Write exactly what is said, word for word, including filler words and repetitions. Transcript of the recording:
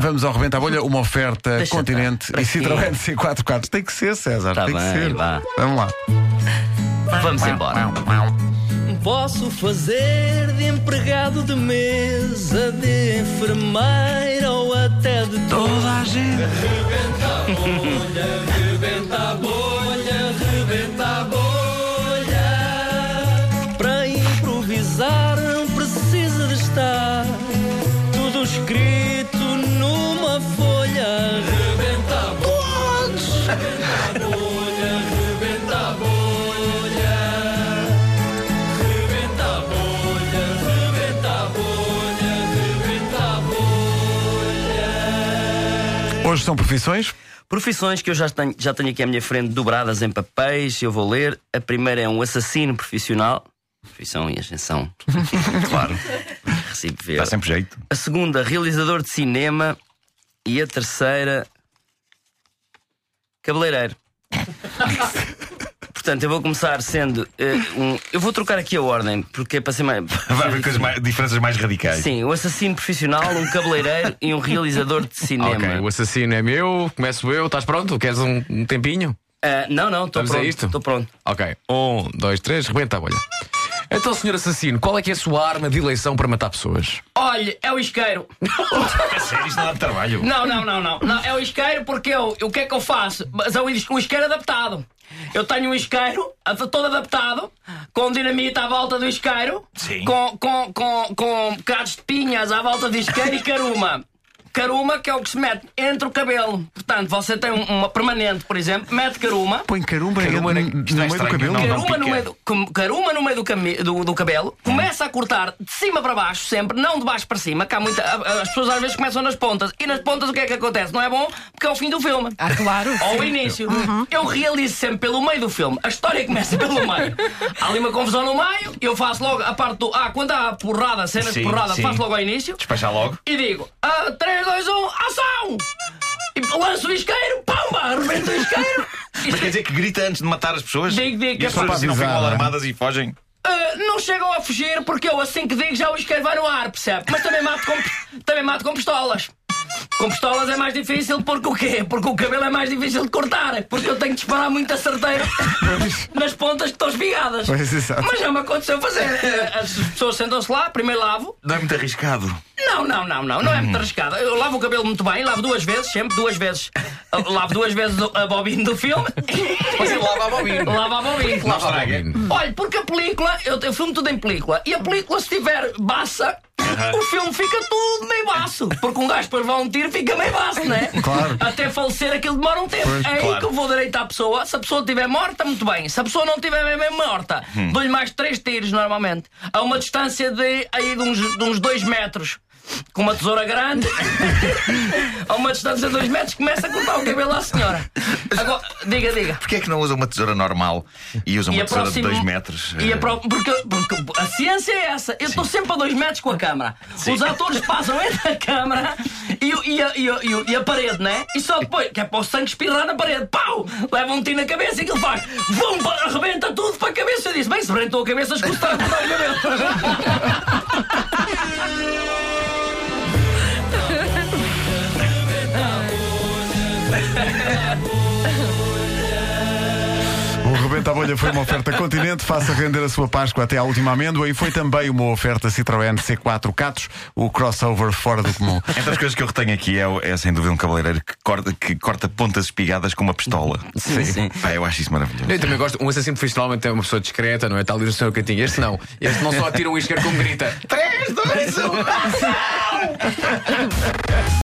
Vamos ao Rebenta a Bolha, uma oferta Deixa Continente estar. e Citroën C quatro quatro. Tem que ser, César, Tá tem que bem, ser. vá. Vamos lá. Vamos embora. Posso fazer de empregado de mesa, de enfermeira ou até de Toda a gente. Rebenta a bolha, rebenta a bolha, rebenta a bolha. Para improvisar não precisa de estar tudo escrito numa folha. Rebenta a bolha, rebenta a bolha, rebenta a bolha. Hoje são profissões? Profissões que eu já tenho, já tenho aqui à minha frente dobradas em papéis. Eu vou ler. A primeira é um assassino profissional. Profissão e ascensão. Claro. Recibo ver. Dá sempre jeito. A segunda, realizador de cinema. E a terceira, cabeleireiro. Portanto, eu vou começar sendo uh, um. Eu vou trocar aqui a ordem, porque é para ser mais. Vai haver coisas mais, diferenças mais radicais. Sim, um assassino profissional, um cabeleireiro e um realizador de cinema. Ok, o assassino é meu, começo eu, estás pronto? Queres um, um tempinho? Uh, não, não, estou Vamos a pronto. isto? Estou pronto. Ok, um, dois, três, rebenta a bolha. Então, senhor assassino, qual é que é a sua arma de eleição para matar pessoas? Olha, é o isqueiro. É sério, isto não dá trabalho. Não, não, não, não, não. É o isqueiro porque eu, o que é que eu faço? Mas é o is- o isqueiro adaptado. Eu tenho um isqueiro a- todo adaptado, com dinamite à volta do isqueiro, Sim. com, com, com, com bocados de pinhas à volta do isqueiro e caruma. Caruma, que é o que se mete entre o cabelo. Portanto, você tem um- uma permanente, por exemplo, mete caruma. Põe carumba, Carumba no, é- no isto é meio do estranho, cabelo. não, não. Caruma no, pica. meio do, com- caruma no meio do, cami- do, do cabelo, começa a cortar de cima para baixo, sempre, não de baixo para cima, que há muita, a- a- as pessoas às vezes começam nas pontas, e nas pontas o que é que acontece? Não é bom, porque é o fim do filme. Ah, claro. Ou o início. Eu realizo sempre pelo meio do filme. A história começa pelo meio. Há ali uma confusão no meio, eu faço logo a parte do. Ah, quando há porrada, cenas de Sim, porrada, sim. faço logo ao início. Despachar logo. E digo: ah, três, dois, um, ação! E lanço o isqueiro, pumba, arrebento o isqueiro. Mas quer dizer que grita antes de matar as pessoas? Digo, digo, E as é só pessoas para assim não ficam avisar, alarmadas e fogem? Ah, não chegam a fugir porque eu assim que digo já o isqueiro vai no ar, percebe? Mas também mato com, também mato com pistolas. Com pistolas é mais difícil porque o quê? Porque o cabelo é mais difícil de cortar. Porque eu tenho que disparar muito certeiro nas pontas que estão espigadas. Pois, exato. Mas já me aconteceu fazer. As pessoas sentam-se lá, primeiro lavo. Não é muito arriscado. Não, não, não, não, não é muito arriscado. Eu lavo o cabelo muito bem, lavo duas vezes, sempre duas vezes. Eu lavo duas vezes a bobina do filme. Você lava a bobina. Lava a bobina. Lava a bobina. Olha, porque a película, eu, eu filmo tudo em película, e a película, se tiver baça, o filme fica tudo meio baço. Porque um gajo depois vai um tiro, fica meio baço, não é? Claro. Até falecer aquilo demora um tempo. Pois, é aí claro. que eu vou direito à pessoa. Se a pessoa estiver morta, muito bem. Se a pessoa não estiver bem, bem morta, dou-lhe mais três tiros normalmente. A uma distância de, aí de, uns, de uns dois metros. Com uma tesoura grande, a uma distância de dois metros, começa a cortar o cabelo à senhora. Agora, diga, diga. Porquê é que não usa uma tesoura normal e usa uma E tesoura de aproximo- dois metros? E Eh, apro- porque, porque a ciência é essa. Eu estou sempre a dois metros com a câmara. Sim. Os atores passam entre a câmara e, o- e, a, e, a, e, a, e a parede, né? E só depois, que é para o sangue espirrar na parede, pau! Leva um tiro na cabeça e aquilo faz, vum, pá, arrebenta tudo para a cabeça. Eu disse, bem, se arrebentou a cabeça, escuta a cortar o cabelo. O Rebenta a Bolha foi uma oferta Continente. Faça render a sua Páscoa até à última amêndoa. E foi também uma oferta Citroën C quatro Catos, o crossover fora do comum. Entre as coisas que eu retenho aqui é, o- é sem dúvida um cabeleireiro que corta, que corta pontas espigadas com uma pistola. Sim, sim. Pá, eu acho isso maravilhoso. Eu também gosto, um assassino profissionalmente é uma pessoa discreta, não é? Está ali no seu cantinho. Este não. Este não só atira um isqueiro como grita. três, dois, um, ação!